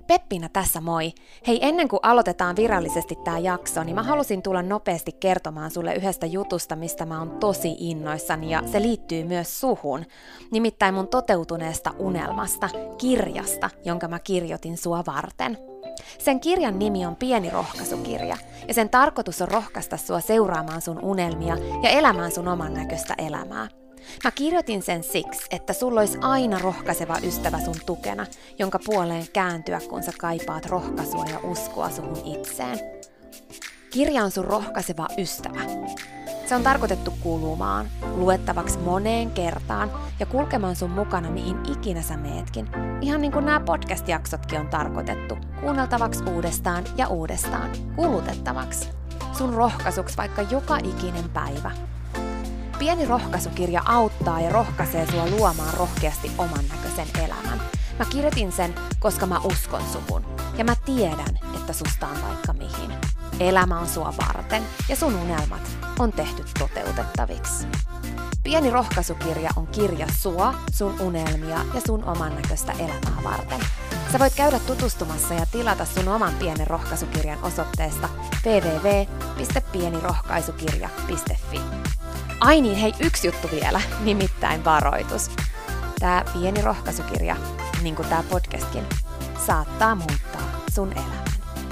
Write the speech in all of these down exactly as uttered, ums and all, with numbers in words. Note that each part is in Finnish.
Peppiina tässä moi! Hei, ennen kuin aloitetaan virallisesti tää jakso, niin mä halusin tulla nopeasti kertomaan sulle yhdestä jutusta, mistä mä oon tosi innoissani, ja se liittyy myös suhun. Nimittäin mun toteutuneesta unelmasta, kirjasta, jonka mä kirjoitin sua varten. Sen kirjan nimi on Pieni rohkaisukirja, ja sen tarkoitus on rohkaista sua seuraamaan sun unelmia ja elämään sun oman näköistä elämää. Mä kirjoitin sen siksi, että sulla olisi aina rohkaiseva ystävä sun tukena, jonka puoleen kääntyä, kun sä kaipaat rohkaisua ja uskoa suhun itseen. Kirja on sun rohkaiseva ystävä. Se on tarkoitettu kuulumaan, luettavaksi moneen kertaan ja kulkemaan sun mukana mihin ikinä sä meetkin. Ihan niin kuin nämä podcast-jaksotkin on tarkoitettu, kuunneltavaksi uudestaan ja uudestaan, kulutettavaksi. Sun rohkaisuksi vaikka joka ikinen päivä. Pieni rohkaisukirja auttaa ja rohkaisee sua luomaan rohkeasti oman näköisen elämän. Mä kirjoitin sen, koska mä uskon suhun. Ja mä tiedän, että susta on vaikka mihin. Elämä on sua varten ja sun unelmat on tehty toteutettaviksi. Pieni rohkaisukirja on kirja sua, sun unelmia ja sun oman näköistä elämää varten. Sä voit käydä tutustumassa ja tilata sun oman pienen rohkaisukirjan osoitteesta double-u double-u double-u piste pienirohkaisukirja piste fi. Ai niin, hei, yksi juttu vielä, nimittäin varoitus. Tää pieni rohkaisukirja, niin kuin tää podcastkin, saattaa muuttaa sun elämän.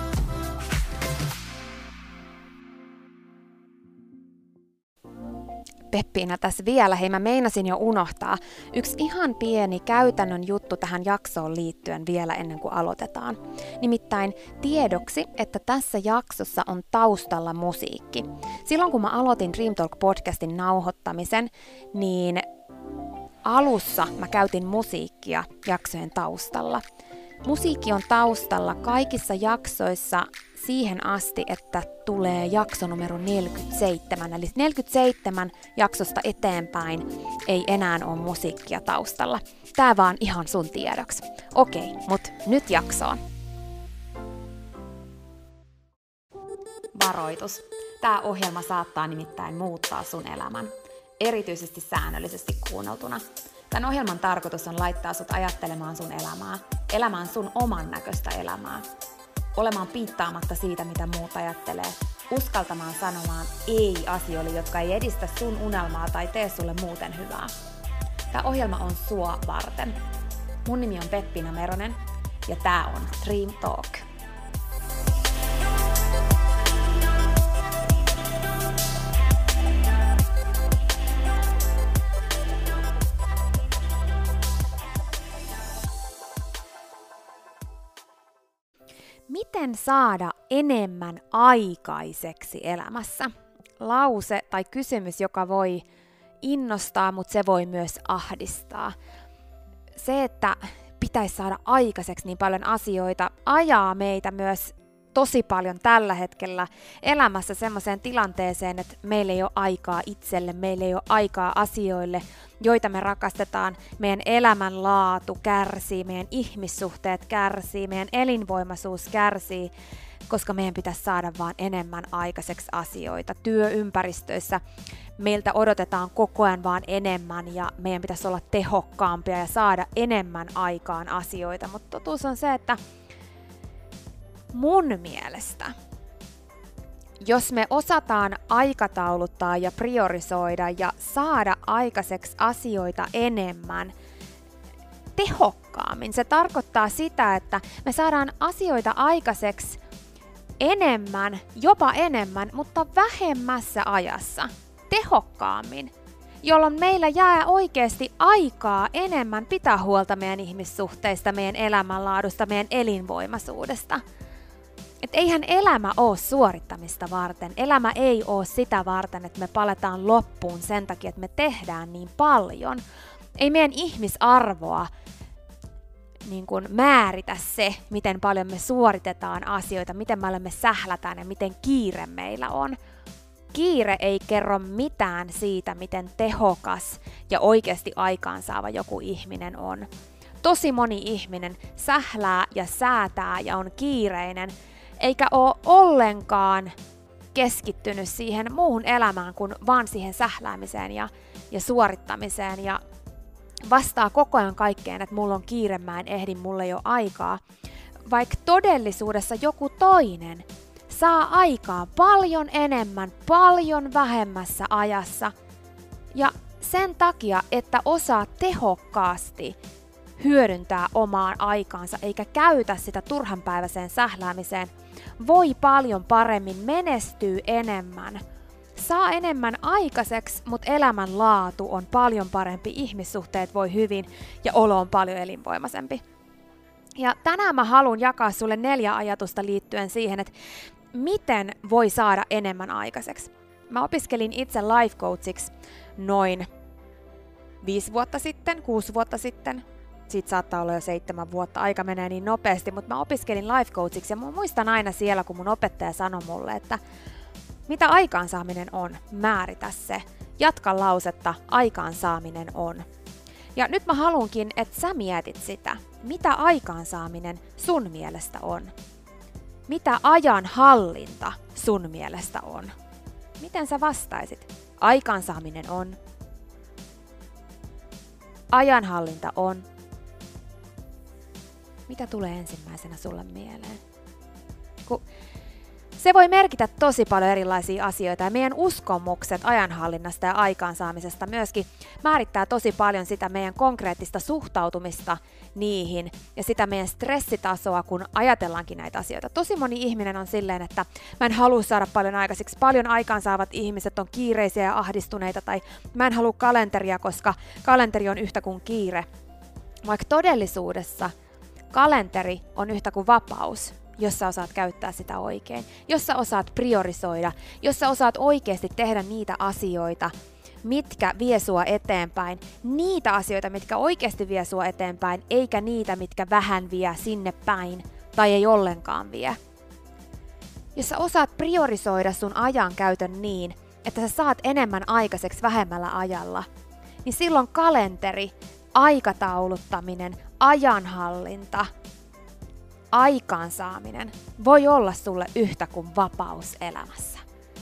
Peppiina tässä vielä, hei mä meinasin jo unohtaa. Yksi ihan pieni käytännön juttu tähän jaksoon liittyen vielä ennen kuin aloitetaan. Nimittäin tiedoksi, että tässä jaksossa on taustalla musiikki. Silloin kun mä aloitin Dream Talk-podcastin nauhoittamisen, niin alussa mä käytin musiikkia jaksojen taustalla. Musiikki on taustalla kaikissa jaksoissa siihen asti, että tulee jakso numero neljäkymmentäseitsemän. Eli neljäkymmentäseitsemän jaksosta eteenpäin ei enää ole musiikkia taustalla. Tää vaan ihan sun tiedoksi. Okei, mut nyt jaksoon. Varoitus. Tää ohjelma saattaa nimittäin muuttaa sun elämän. Erityisesti säännöllisesti kuunneltuna. Tämän ohjelman tarkoitus on laittaa sut ajattelemaan sun elämää, elämään sun oman näköistä elämää, olemaan piittaamatta siitä, mitä muut ajattelee, uskaltamaan sanomaan ei asioille, jotka ei edistä sun unelmaa tai tee sulle muuten hyvää. Tämä ohjelma on sua varten. Mun nimi on Peppiina Meronen ja tää on Dream Talk. Miten saada enemmän aikaiseksi elämässä? Lause tai kysymys, joka voi innostaa, mutta se voi myös ahdistaa. Se, että pitäisi saada aikaiseksi niin paljon asioita, ajaa meitä myös tosi paljon tällä hetkellä elämässä semmoiseen tilanteeseen, että meillä ei ole aikaa itselle, meillä ei ole aikaa asioille, joita me rakastetaan. Meidän elämänlaatu kärsii, meidän ihmissuhteet kärsii, meidän elinvoimaisuus kärsii, koska meidän pitäisi saada vaan enemmän aikaiseksi asioita. Työympäristöissä meiltä odotetaan koko ajan vaan enemmän ja meidän pitäisi olla tehokkaampia ja saada enemmän aikaan asioita, mutta totuus on se, että mun mielestä, jos me osataan aikatauluttaa ja priorisoida ja saada aikaiseksi asioita enemmän, tehokkaammin, se tarkoittaa sitä, että me saadaan asioita aikaiseksi enemmän, jopa enemmän, mutta vähemmässä ajassa, tehokkaammin, jolloin meillä jää oikeasti aikaa enemmän pitää huolta meidän ihmissuhteista, meidän elämänlaadusta, meidän elinvoimaisuudesta. Et eihän elämä ole suorittamista varten. Elämä ei ole sitä varten, että me paletaan loppuun sen takia, että me tehdään niin paljon. Ei meidän ihmisarvoa niin kuin määritä se, miten paljon me suoritetaan asioita, miten paljon me sählätään ja miten kiire meillä on. Kiire ei kerro mitään siitä, miten tehokas ja oikeasti aikaansaava joku ihminen on. Tosi moni ihminen sählää ja säätää ja on kiireinen, eikä ole ollenkaan keskittynyt siihen muuhun elämään kuin vaan siihen sähläämiseen ja, ja suorittamiseen ja vastaa koko ajan kaikkeen, että mulla on kiire, mä en ehdi, mulla ei ole aikaa. vaikka todellisuudessa joku toinen saa aikaa paljon enemmän, paljon vähemmässä ajassa. Ja sen takia, että osaa tehokkaasti hyödyntää omaan aikaansa eikä käytä sitä turhanpäiväiseen sähläämiseen, voi paljon paremmin, menestyy enemmän, saa enemmän aikaiseksi, mutta elämänlaatu on paljon parempi, ihmissuhteet voi hyvin ja olo on paljon elinvoimaisempi. Ja tänään mä haluan jakaa sulle neljä ajatusta liittyen siihen, että miten voi saada enemmän aikaiseksi. Mä opiskelin itse life coachiksi noin viisi vuotta sitten, kuusi vuotta sitten. Siitä saattaa olla jo seitsemän vuotta, aika menee niin nopeasti, mutta mä opiskelin life coachiksi ja mä muistan aina siellä, kun mun opettaja sanoi mulle, että mitä aikaansaaminen on, määritä se. Jatka lausetta, aikaansaaminen on. Ja nyt mä haluankin, että sä mietit sitä, mitä aikaansaaminen sun mielestä on. Mitä ajan hallinta sun mielestä on? Miten sä vastaisit? Aikaansaaminen on. Ajanhallinta on. Mitä tulee ensimmäisenä sulle mieleen? Kun se voi merkitä tosi paljon erilaisia asioita ja meidän uskomukset ajanhallinnasta ja aikaansaamisesta myöskin määrittää tosi paljon sitä meidän konkreettista suhtautumista niihin ja sitä meidän stressitasoa, kun ajatellaankin näitä asioita. Tosi moni ihminen on silleen, että mä en halua saada paljon aikaiseksi. Paljon aikaansaavat ihmiset on kiireisiä ja ahdistuneita tai mä en halua kalenteria, koska kalenteri on yhtä kuin kiire. Vaikka todellisuudessa kalenteri on yhtä kuin vapaus, jos sä osaat käyttää sitä oikein, jos sä osaat priorisoida, jos sä osaat oikeasti tehdä niitä asioita, mitkä vie sua eteenpäin, niitä asioita, mitkä oikeasti vie sua eteenpäin, eikä niitä, mitkä vähän vie sinne päin tai ei ollenkaan vie. Jos sä osaat priorisoida sun ajankäytön niin, että sä saat enemmän aikaiseksi vähemmällä ajalla, niin silloin kalenteri, aikatauluttaminen, ajanhallinta, aikaansaaminen voi olla sulle yhtä kuin vapaus elämässä.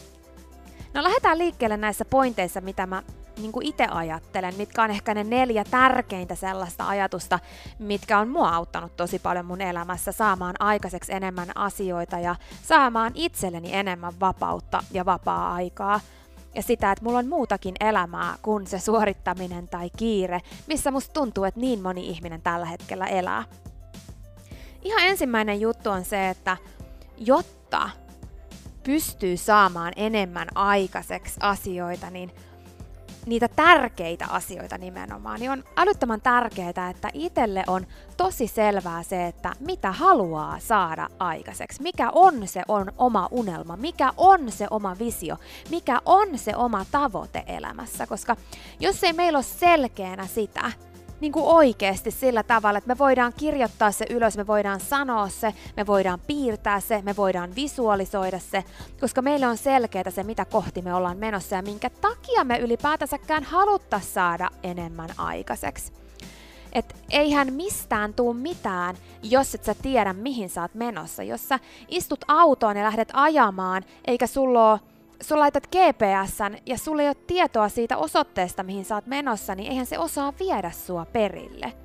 No lähdetään liikkeelle näissä pointeissa, mitä mä niin kuin itse ajattelen, mitkä on ehkä ne neljä tärkeintä sellaista ajatusta, mitkä on mua auttanut tosi paljon mun elämässä saamaan aikaiseksi enemmän asioita ja saamaan itselleni enemmän vapautta ja vapaa-aikaa. Ja sitä, että mulla on muutakin elämää kuin se suorittaminen tai kiire, missä musta tuntuu, että niin moni ihminen tällä hetkellä elää. Ihan ensimmäinen juttu on se, että jotta pystyy saamaan enemmän aikaiseksi asioita, niin niitä tärkeitä asioita nimenomaan, niin on älyttömän tärkeää, että itselle on tosi selvää se, että mitä haluaa saada aikaiseksi, mikä on se on oma unelma, mikä on se oma visio, mikä on se oma tavoite elämässä, koska jos ei meillä ole selkeänä sitä, niin kuin oikeasti sillä tavalla, että me voidaan kirjoittaa se ylös, me voidaan sanoa se, me voidaan piirtää se, me voidaan visualisoida se, koska meillä on selkeää se, mitä kohti me ollaan menossa ja minkä takia me ylipäätänsäkään haluttaisiin saada enemmän aikaiseksi. Et eihän mistään tuu mitään, jos et sä tiedä, mihin sä oot menossa. Jos sä istut autoon ja lähdet ajamaan, eikä sulla ole Sä laitat G P S:n ja sulla ei ole tietoa siitä osoitteesta, mihin sä oot menossa, niin eihän se osaa viedä sua perille.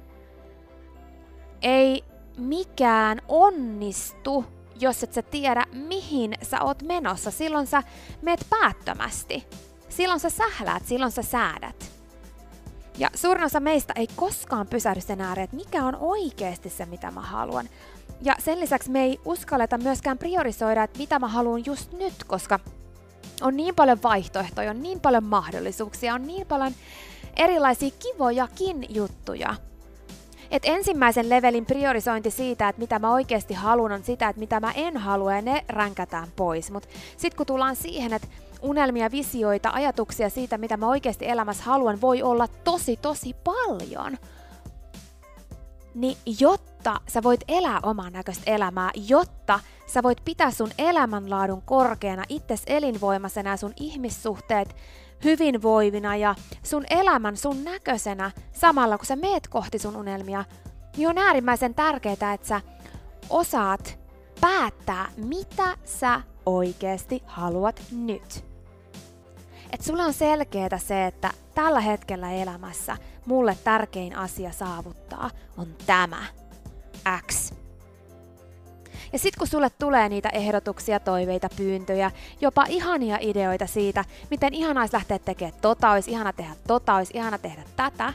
Ei mikään onnistu, jos et sä tiedä, mihin sä oot menossa. Silloin sä meet päättömästi. Silloin sä sähläät, silloin sä säädät. Ja suurin osa meistä ei koskaan pysähdy sen ääreen, että mikä on oikeasti se, mitä mä haluan. Ja sen lisäksi me ei uskalleta myöskään priorisoida, että mitä mä haluan just nyt, koska on niin paljon vaihtoehtoja, on niin paljon mahdollisuuksia, on niin paljon erilaisia kivojakin juttuja. Et ensimmäisen levelin priorisointi siitä, että mitä mä oikeasti haluan, on sitä, että mitä mä en halua, ja ne ränkätään pois. Mutta sitten kun tullaan siihen, että unelmia, visioita, ajatuksia siitä, mitä mä oikeasti elämässä haluan, voi olla tosi, tosi paljon. Niin jotta sä voit elää oman näköistä elämää, jotta sä voit pitää sun elämänlaadun korkeana, itses elinvoimaisena ja sun ihmissuhteet hyvinvoivina ja sun elämän sun näköisenä samalla kun sä meet kohti sun unelmia, niin on äärimmäisen tärkeää, että sä osaat päättää, mitä sä oikeasti haluat nyt. Että sulla on selkeää se, että tällä hetkellä elämässä mulle tärkein asia saavuttaa on tämä X. Ja sit kun sulle tulee niitä ehdotuksia, toiveita, pyyntöjä, jopa ihania ideoita siitä, miten ihana olisi lähteä tekemään tota, olisi ihana tehdä tota, olisi ihana tehdä tätä,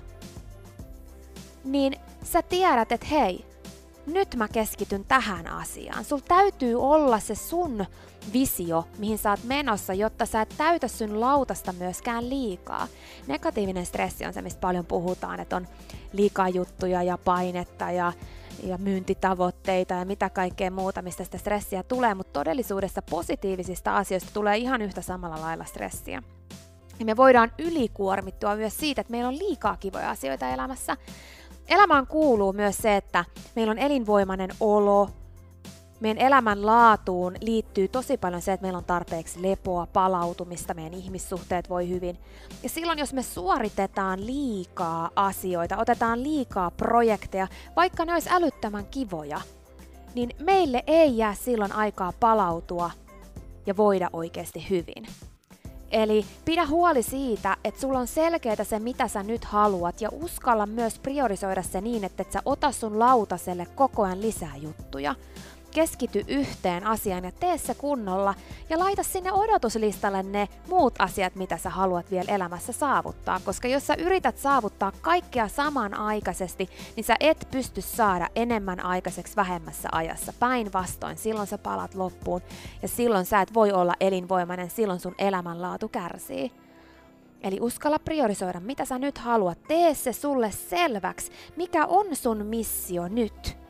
niin sä tiedät, että hei, nyt mä keskityn tähän asiaan. Sul täytyy olla se sun visio, mihin sä oot menossa, jotta sä et täytä sun lautasta myöskään liikaa. Negatiivinen stressi on se, mistä paljon puhutaan, että on liikaa juttuja ja painetta ja, ja myyntitavoitteita ja mitä kaikkea muuta, mistä sitä stressiä tulee, mutta todellisuudessa positiivisista asioista tulee ihan yhtä samalla lailla stressiä. Ja me voidaan ylikuormittua myös siitä, että meillä on liikaa kivoja asioita elämässä. Elämään kuuluu myös se, että meillä on elinvoimainen olo, meidän elämän laatuun liittyy tosi paljon se, että meillä on tarpeeksi lepoa, palautumista, meidän ihmissuhteet voi hyvin. Ja silloin, jos me suoritetaan liikaa asioita, otetaan liikaa projekteja, vaikka ne olisi älyttömän kivoja, niin meille ei jää silloin aikaa palautua ja voida oikeasti hyvin. Eli pidä huoli siitä, että sulla on selkeää se, mitä sä nyt haluat, ja uskalla myös priorisoida se niin, että et sä ota sun lautaselle koko ajan lisää juttuja. Keskity yhteen asiaan ja tee se kunnolla, ja laita sinne odotuslistalle ne muut asiat, mitä sä haluat vielä elämässä saavuttaa, koska jos sä yrität saavuttaa kaikkea samanaikaisesti, niin sä et pysty saada enemmän aikaiseksi vähemmässä ajassa. Päinvastoin, silloin sä palat loppuun, ja silloin sä et voi olla elinvoimainen, silloin sun elämänlaatu kärsii. Eli uskalla priorisoida, mitä sä nyt haluat, tee se sulle selväksi, mikä on sun missio nyt.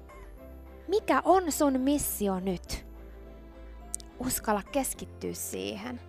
Mikä on sun missio nyt? Uskalla keskittyä siihen.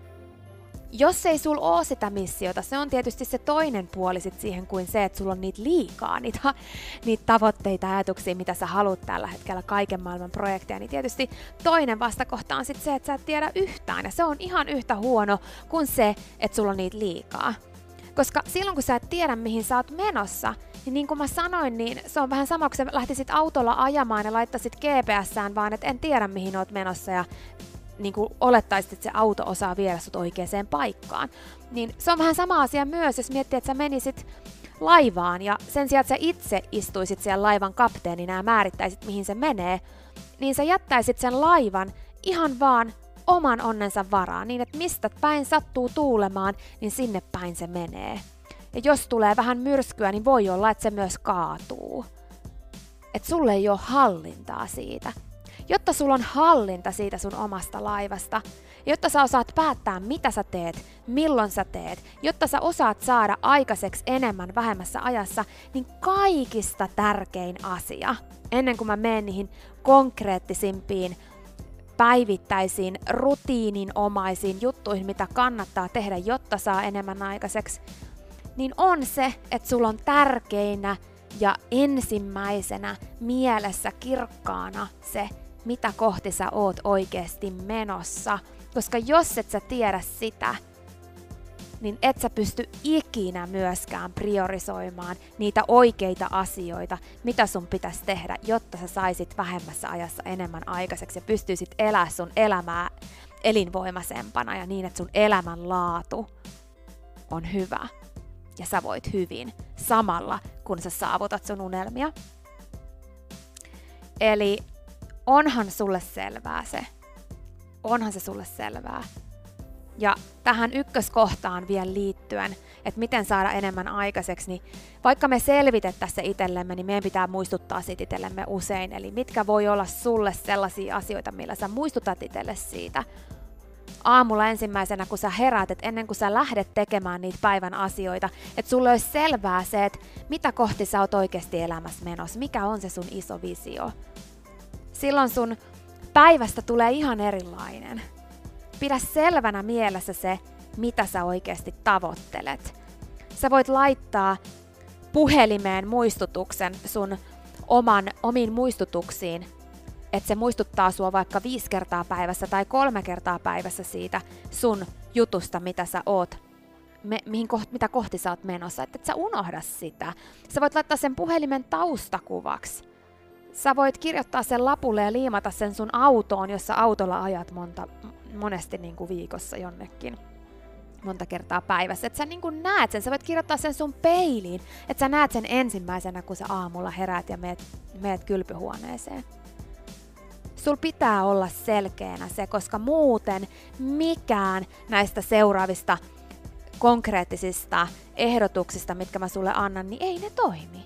Jos ei sul oo sitä missiota, se on tietysti se toinen puoli sit siihen kuin se, että sulla on niitä liikaa, niitä, niitä tavoitteita, ajatuksia, mitä sä haluat tällä hetkellä, kaiken maailman projekteja, niin tietysti toinen vastakohta on sit se, että sä et tiedä yhtään, ja se on ihan yhtä huono kuin se, että sulla on niitä liikaa. Koska silloin, kun sä et tiedä, mihin sä oot menossa, niin niin kuin mä sanoin, niin se on vähän sama, kun sä lähtisit autolla ajamaan ja laittaisit G P S:ään vaan, että en tiedä, mihin oot menossa ja niin kuin olettaisit, että se auto osaa viedä sut oikeaan paikkaan. Niin se on vähän sama asia myös, jos miettii, että sä menisit laivaan ja sen sijaan, että sä itse istuisit siellä laivan kapteenina ja määrittäisit, mihin se menee, niin sä jättäisit sen laivan ihan vaan oman onnensa varaan, niin että mistä päin sattuu tuulemaan, niin sinne päin se menee. Ja jos tulee vähän myrskyä, niin voi olla, että se myös kaatuu. Että sulle ei ole hallintaa siitä. Jotta sulla on hallinta siitä sun omasta laivasta, jotta sä osaat päättää, mitä sä teet, milloin sä teet, jotta sä osaat saada aikaiseksi enemmän vähemmässä ajassa, niin kaikista tärkein asia, ennen kuin mä menen niihin konkreettisimpiin, päivittäisiin, rutiininomaisiin juttuihin, mitä kannattaa tehdä, jotta saa enemmän aikaiseksi, niin on se, että sulla on tärkeinä ja ensimmäisenä mielessä kirkkaana se, mitä kohti sä oot oikeasti menossa. Koska jos et sä tiedä sitä, niin et sä pysty ikinä myöskään priorisoimaan niitä oikeita asioita, mitä sun pitäisi tehdä, jotta sä saisit vähemmässä ajassa enemmän aikaiseksi ja pystyisit elää sun elämää elinvoimaisempana ja niin, että sun elämänlaatu on hyvä ja sä voit hyvin samalla, kun sä saavutat sun unelmia. Eli onhan sulle selvää se. Onhan se sulle selvää. Ja tähän ykköskohtaan vielä liittyen, että miten saada enemmän aikaiseksi, niin vaikka me selvitettäisiin se itsellemme, niin meidän pitää muistuttaa siitä itsellemme usein. Eli mitkä voi olla sulle sellaisia asioita, millä sä muistutat itselle siitä. Aamulla ensimmäisenä, kun sä heräät, että ennen kuin sä lähdet tekemään niitä päivän asioita, että sulle olisi selvää se, että mitä kohti sä oot oikeasti elämässä menossa, mikä on se sun iso visio. Silloin sun päivästä tulee ihan erilainen. Pidä selvänä mielessä se, mitä sä oikeasti tavoittelet. Sä voit laittaa puhelimeen muistutuksen sun oman, omiin muistutuksiin, että se muistuttaa sua vaikka viisi kertaa päivässä tai kolme kertaa päivässä siitä sun jutusta, mitä sä oot, me, mihin koht, mitä kohti sä oot menossa, että et sä unohda sitä. Sä voit laittaa sen puhelimen taustakuvaksi. Sä voit kirjoittaa sen lapulle ja liimata sen sun autoon, jossa autolla ajat monta, monesti niin kuin viikossa jonnekin. Monta kertaa päivässä. Että sä niin kuin näet sen, sä voit kirjoittaa sen sun peiliin, että sä näet sen ensimmäisenä, kun sä aamulla heräät ja meet, meet kylpyhuoneeseen. sul pitää olla selkeänä se, koska muuten mikään näistä seuraavista konkreettisista ehdotuksista, mitkä mä sulle annan, niin ei ne toimi.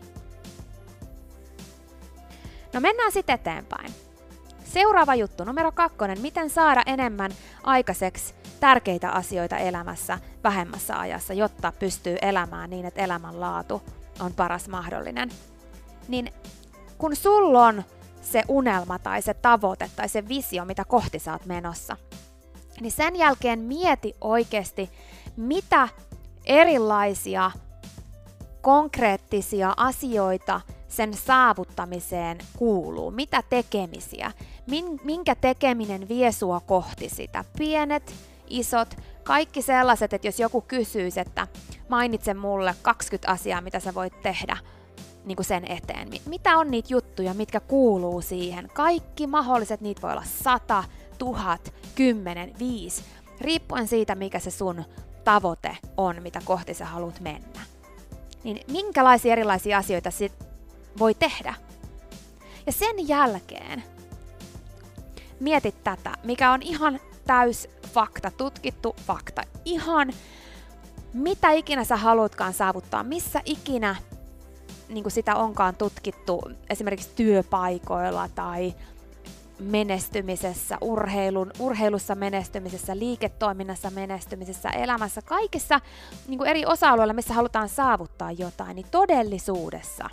No mennään sitten eteenpäin. Seuraava juttu, numero kakkonen, miten saada enemmän aikaiseksi tärkeitä asioita elämässä vähemmässä ajassa, jotta pystyy elämään niin, että elämänlaatu on paras mahdollinen. Niin kun sulla on se unelma tai se tavoite tai se visio, mitä kohti sä oot menossa, niin sen jälkeen mieti oikeasti, mitä erilaisia konkreettisia asioita sen saavuttamiseen kuuluu, mitä tekemisiä, minkä tekeminen vie sua kohti sitä. Pienet, isot, kaikki sellaiset, että jos joku kysyisi, että mainitse mulle kaksikymmentä asiaa, mitä sä voit tehdä niin kuin sen eteen. Mitä on niitä juttuja, mitkä kuuluu siihen? Kaikki mahdolliset, niitä voi olla sata, tuhat, kymmenen, viisi, riippuen siitä, mikä se sun tavoite on, mitä kohti sä haluat mennä. Niin minkälaisia erilaisia asioita sit voi tehdä? Ja sen jälkeen mietit tätä, mikä on ihan täys fakta, tutkittu fakta. Ihan mitä ikinä sä haluatkaan saavuttaa, missä ikinä niin kuin sitä onkaan tutkittu esimerkiksi työpaikoilla tai menestymisessä, urheilun, urheilussa menestymisessä, liiketoiminnassa menestymisessä, elämässä, kaikissa niin kuin eri osa-alueilla, missä halutaan saavuttaa jotain, niin todellisuudessa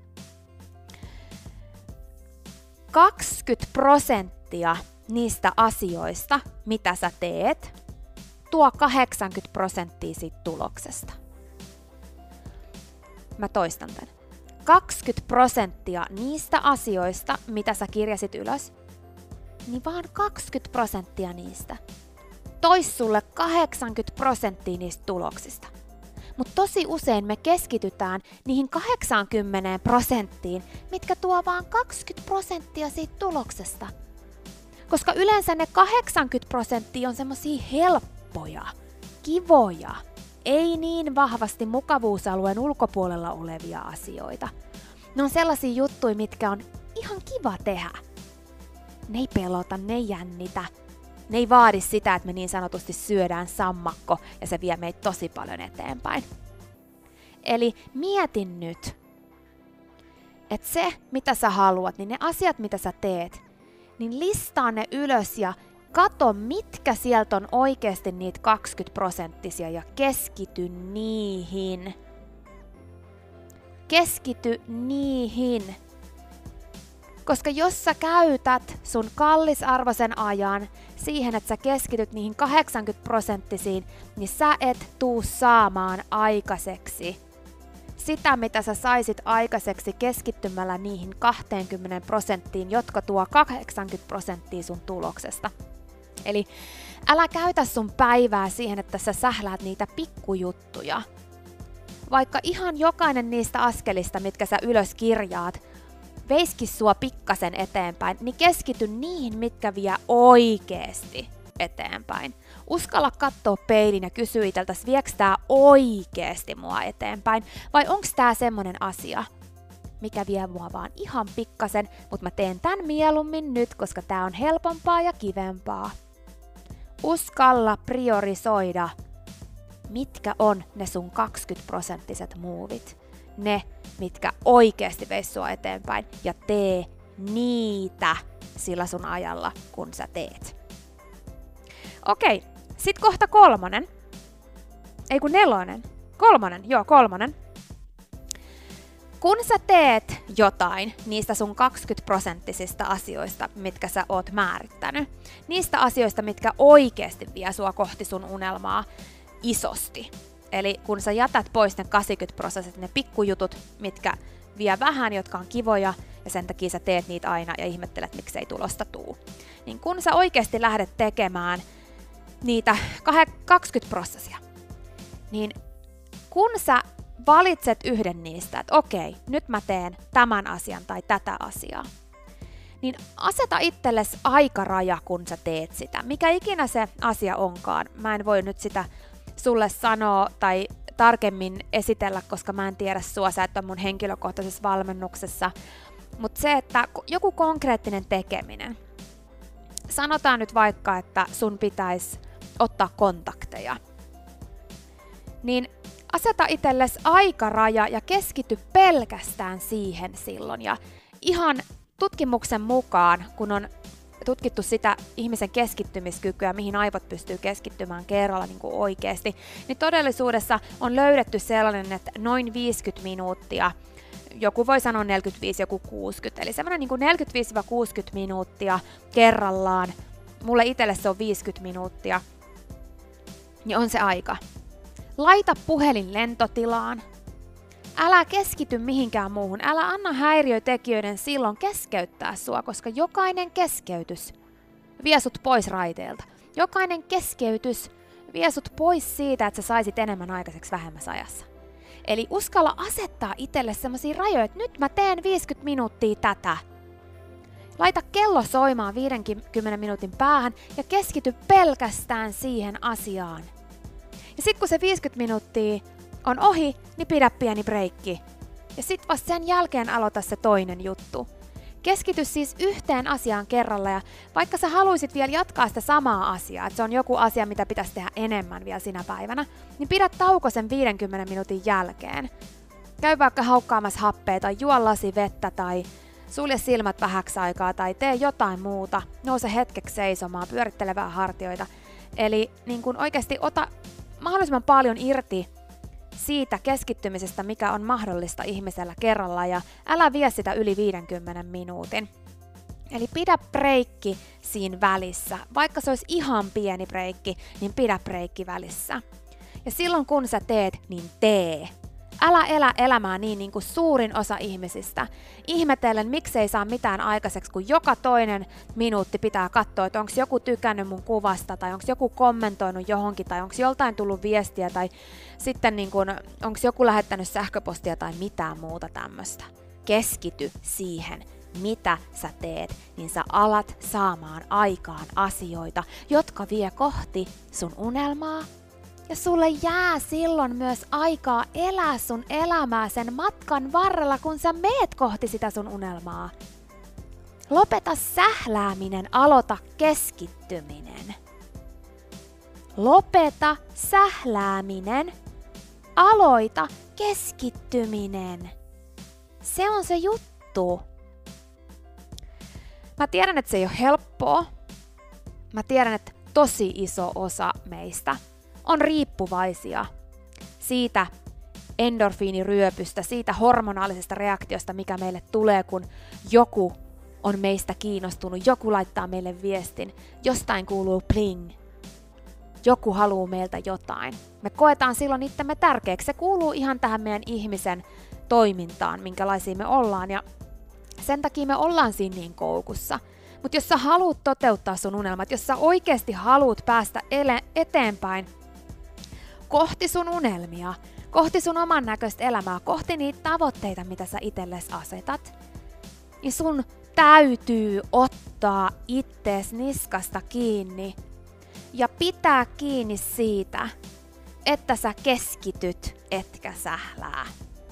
kaksikymmentä prosenttia niistä asioista, mitä sä teet, tuo kahdeksankymmentä prosenttia siitä tuloksesta. Mä toistan tän. kaksikymmentä prosenttia niistä asioista, mitä sä kirjasit ylös, niin vaan kaksikymmentä prosenttia niistä tois sulle kahdeksankymmentä prosenttia niistä tuloksista. Mutta tosi usein me keskitytään niihin kahdeksankymmentä prosenttiin, mitkä tuo vaan kaksikymmentä prosenttia siitä tuloksesta. Koska yleensä ne kahdeksankymmentä prosenttia on semmosia helppoja, kivoja, ei niin vahvasti mukavuusalueen ulkopuolella olevia asioita. Ne on sellaisia juttuja, mitkä on ihan kiva tehdä. Ne ei pelota, ne ei jännitä. Ne ei vaadi sitä, että me niin sanotusti syödään sammakko ja se vie meitä tosi paljon eteenpäin. Eli mietin nyt, että se, mitä sä haluat, niin ne asiat, mitä sä teet, niin listaa ne ylös ja kato, mitkä sieltä on oikeasti niitä kaksikymmentä prosenttisia ja keskity niihin. Keskity niihin. Koska jos sä käytät sun kallisarvoisen ajan siihen, että sä keskityt niihin kahdeksankymmentä prosenttisiin, niin sä et tuu saamaan aikaiseksi sitä, mitä sä saisit aikaiseksi keskittymällä niihin kaksikymmentä prosenttiin, jotka tuo kahdeksankymmentä prosenttia sun tuloksesta. Eli älä käytä sun päivää siihen, että sä sähläät niitä pikkujuttuja. Vaikka ihan jokainen niistä askelista, mitkä sä ylös kirjaat, veiski sua pikkasen eteenpäin, niin keskity niihin, mitkä vie oikeesti eteenpäin. Uskalla katsoa peilin ja kysyä itseltäsi, vieks tää oikeesti mua eteenpäin, vai onks tää semmonen asia, mikä vie mua vaan ihan pikkasen, mutta mä teen tän mieluummin nyt, koska tää on helpompaa ja kivempaa. Uskalla priorisoida, mitkä on ne sun kaksikymmentä prosenttiset muuvit. Ne, mitkä oikeasti veis sua eteenpäin, ja tee niitä sillä sun ajalla, kun sä teet. Okei, sit kohta kolmonen. Ei kun nelonen. Kolmonen, joo kolmonen. Kun sä teet jotain niistä sun kaksikymmentä prosenttisista asioista, mitkä sä oot määrittänyt, niistä asioista, mitkä oikeasti vie sua kohti sun unelmaa isosti. Eli kun sä jätät pois ne kahdeksankymmentä prosenttia, ne pikkujutut, mitkä vie vähän, jotka on kivoja, ja sen takia sä teet niitä aina ja ihmettelet, miksei tulosta tuu. Niin kun sä oikeasti lähdet tekemään niitä kaksikymmentä prosenttia, niin kun sä valitset yhden niistä, että okei, nyt mä teen tämän asian tai tätä asiaa, niin aseta itsellesi aikaraja, kun sä teet sitä. Mikä ikinä se asia onkaan. Mä en voi nyt sitä sulle sanoa tai tarkemmin esitellä, koska mä en tiedä sua, sä et ole mun henkilökohtaisessa valmennuksessa. Mutta se, että joku konkreettinen tekeminen, sanotaan nyt vaikka, että sun pitäisi ottaa kontakteja. Niin aseta itsellesi aikaraja ja keskity pelkästään siihen silloin. Ja ihan tutkimuksen mukaan, kun on tutkittu sitä ihmisen keskittymiskykyä, mihin aivot pystyy keskittymään kerralla niin kuin oikeasti, niin todellisuudessa on löydetty sellainen, että noin viisikymmentä minuuttia, joku voi sanoa neljäkymmentäviisi, joku kuusikymmentä, eli semmoinen niin kuin neljäkymmentäviisi kuusikymmentä minuuttia kerrallaan, mulle itselle se on viisikymmentä minuuttia, niin on se aika. Laita puhelin lentotilaan. Älä keskity mihinkään muuhun. Älä anna häiriötekijöiden silloin keskeyttää sua, koska jokainen keskeytys vie sut pois raiteilta. Jokainen keskeytys vie sut pois siitä, että sä saisit enemmän aikaiseksi vähemmässä ajassa. Eli uskalla asettaa itselle sellaisia rajoja, että nyt mä teen viisikymmentä minuuttia tätä. Laita kello soimaan viidenkymmenen minuutin päähän ja keskity pelkästään siihen asiaan. Ja sit kun se viisikymmentä minuuttia on ohi, niin pidä pieni breikki. Ja sit vasta sen jälkeen aloita se toinen juttu. Keskity siis yhteen asiaan kerralla ja vaikka sä haluisit vielä jatkaa sitä samaa asiaa, että se on joku asia, mitä pitäisi tehdä enemmän vielä sinä päivänä, niin pidä tauko sen viidenkymmenen minuutin jälkeen. Käy vaikka haukkaamassa happea tai juo lasi vettä tai sulje silmät vähäksi aikaa tai tee jotain muuta. Nouse hetkeksi seisomaan, pyörittelevää hartioita. Eli niin kun oikeasti ota mahdollisimman paljon irti siitä keskittymisestä, mikä on mahdollista ihmisellä kerralla ja älä vie sitä yli viidenkymmenen minuutin. Eli pidä breikki siinä välissä. Vaikka se olisi ihan pieni breikki, niin pidä breikki välissä. Ja silloin kun sä teet, niin tee. Älä elä elämää niin, niin kuin suurin osa ihmisistä. Ihmetellen, miksei saa mitään aikaiseksi, kun joka toinen minuutti pitää katsoa, että onko joku tykännyt mun kuvasta, tai onko joku kommentoinut johonkin, tai onko joltain tullut viestiä, tai sitten niin kuin, onko joku lähettänyt sähköpostia tai mitään muuta tämmöistä. Keskity siihen, mitä sä teet, niin sä alat saamaan aikaan asioita, jotka vie kohti sun unelmaa. Ja sulle jää silloin myös aikaa elää sun elämää sen matkan varrella, kun sä meet kohti sitä sun unelmaa. Lopeta sählääminen, aloita keskittyminen. Lopeta sählääminen, aloita keskittyminen. Se on se juttu. Mä tiedän, että se ei ole helppoa. Mä tiedän, että tosi iso osa meistä on riippuvaisia siitä endorfiiniryöpystä, siitä hormonaalisesta reaktiosta, mikä meille tulee, kun joku on meistä kiinnostunut, joku laittaa meille viestin, jostain kuuluu pling, joku haluaa meiltä jotain. Me koetaan silloin itsemme tärkeäksi, se kuuluu ihan tähän meidän ihmisen toimintaan, minkälaisia me ollaan, ja sen takia me ollaan siinä niin koukussa. Mutta jos sä haluat toteuttaa sun unelmat, jos sä oikeasti haluat päästä ele- eteenpäin, kohti sun unelmia, kohti sun oman näköistä elämää, kohti niitä tavoitteita, mitä sä itsellesi asetat, niin sun täytyy ottaa ittees niskasta kiinni ja pitää kiinni siitä, että sä keskityt etkä sählää.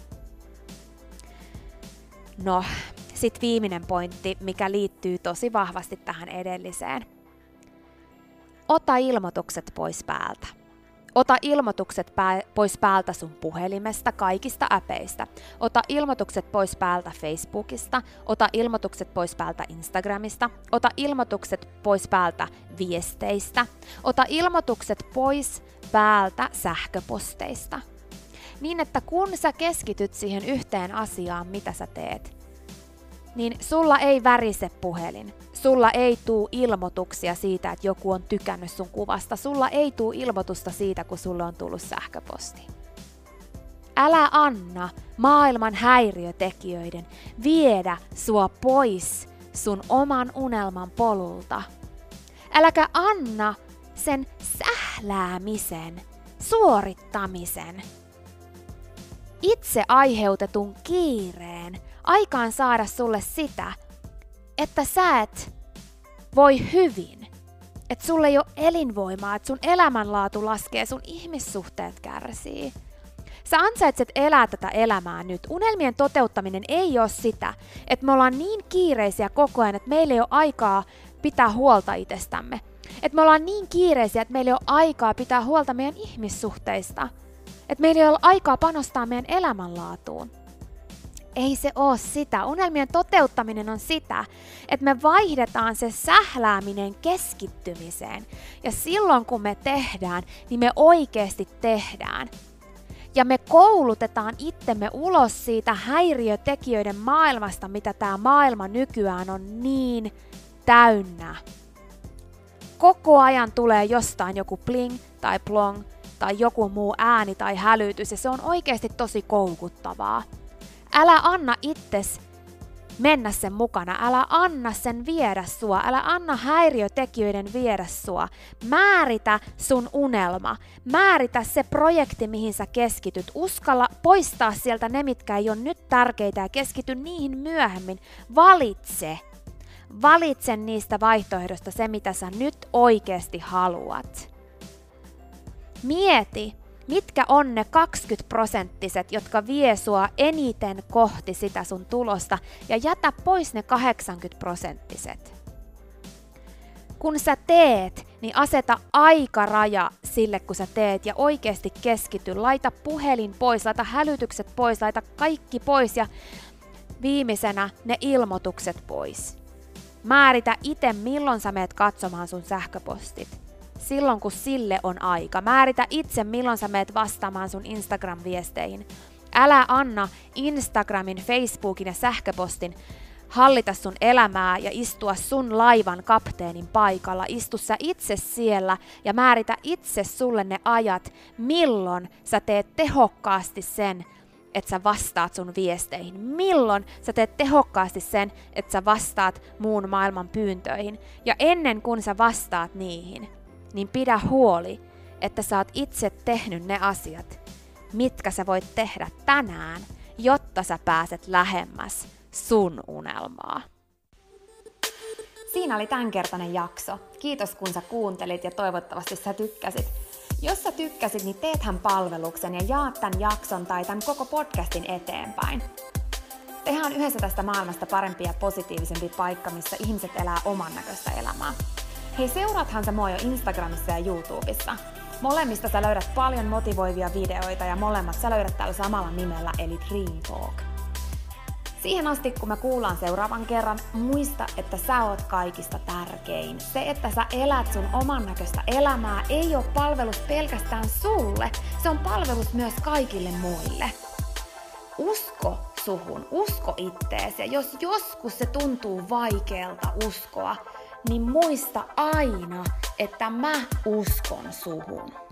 No, sit viimeinen pointti, mikä liittyy tosi vahvasti tähän edelliseen. Ota ilmoitukset pois päältä. Ota ilmoitukset pää- pois päältä sun puhelimesta, kaikista äpeistä. Ota ilmoitukset pois päältä Facebookista. Ota ilmoitukset pois päältä Instagramista. Ota ilmoitukset pois päältä viesteistä. Ota ilmoitukset pois päältä sähköposteista. Niin, että kun sä keskityt siihen yhteen asiaan, mitä sä teet, niin sulla ei värise puhelin. Sulla ei tuu ilmoituksia siitä, että joku on tykännyt sun kuvasta. Sulla ei tuu ilmoitusta siitä, kun sulle on tullut sähköposti. Älä anna maailman häiriötekijöiden viedä sua pois sun oman unelman polulta. Äläkä anna sen sähläämisen, suorittamisen, itse aiheutetun kiireen aikaan saada sulle sitä, että sä et voi hyvin, että sulle ei ole elinvoimaa, että sun elämänlaatu laskee, sun ihmissuhteet kärsii. Sä ansaitset elää tätä elämää nyt. Unelmien toteuttaminen ei ole sitä, että me ollaan niin kiireisiä koko ajan, että meillä ei ole aikaa pitää huolta itsestämme. Että me ollaan niin kiireisiä, että meillä ei ole aikaa pitää huolta meidän ihmissuhteista. Että meillä ei ole aikaa panostaa meidän elämänlaatuun. Ei se ole sitä. Unelmien toteuttaminen on sitä, että me vaihdetaan se sählääminen keskittymiseen. Ja silloin kun me tehdään, niin me oikeasti tehdään. Ja me koulutetaan itsemme ulos siitä häiriötekijöiden maailmasta, mitä tämä maailma nykyään on niin täynnä. Koko ajan tulee jostain joku pling tai plong tai joku muu ääni tai hälytys ja se on oikeasti tosi koukuttavaa. Älä anna itses mennä sen mukana, älä anna sen viedä sua, älä anna häiriötekijöiden viedä sua. Määritä sun unelma, määritä se projekti, mihin sä keskityt. Uskalla poistaa sieltä ne, mitkä ei ole nyt tärkeitä ja keskity niihin myöhemmin. Valitse. Valitse niistä vaihtoehdosta se, mitä sä nyt oikeasti haluat. Mieti, mitkä on ne kaksikymmentä prosenttiset, jotka vie sua eniten kohti sitä sun tulosta ja jätä pois ne kahdeksankymmentä prosenttiset. Kun sä teet, niin aseta aikaraja sille, kun sä teet ja oikeasti keskity. Laita puhelin pois, laita hälytykset pois, laita kaikki pois ja viimeisenä ne ilmoitukset pois. Määritä itse, milloin sä meet katsomaan sun sähköpostit. Silloin, kun sille on aika. Määritä itse, milloin sä meet vastaamaan sun Instagram-viesteihin. Älä anna Instagramin, Facebookin ja sähköpostin hallita sun elämää ja istua sun laivan kapteenin paikalla. Istu sä itse siellä ja määritä itse sulle ne ajat, milloin sä teet tehokkaasti sen, että sä vastaat sun viesteihin. Milloin sä teet tehokkaasti sen, että sä vastaat muun maailman pyyntöihin. Ja ennen kuin sä vastaat niihin, niin pidä huoli, että sä oot itse tehnyt ne asiat, mitkä sä voit tehdä tänään, jotta sä pääset lähemmäs sun unelmaa. Siinä oli tämänkertainen jakso. Kiitos kun sä kuuntelit ja toivottavasti sä tykkäsit. Jos sä tykkäsit, niin teethän palveluksen ja jaat tämän jakson tai tämän koko podcastin eteenpäin. Tehdään yhdessä tästä maailmasta parempi ja positiivisempi paikka, missä ihmiset elää oman näköistä elämää. Hei, seuraathan sä mua jo Instagramissa ja YouTubessa. Molemmista sä löydät paljon motivoivia videoita ja molemmat sä löydät tällä samalla nimellä eli Dream Talk. Siihen asti, kun me kuullaan seuraavan kerran, muista, että sä oot kaikista tärkein. Se, että sä elät sun oman näköistä elämää, ei ole palvelus pelkästään sulle, se on palvelus myös kaikille muille. Usko suhun, usko itteesi, ja jos joskus se tuntuu vaikealta uskoa, niin muista aina, että mä uskon suhun.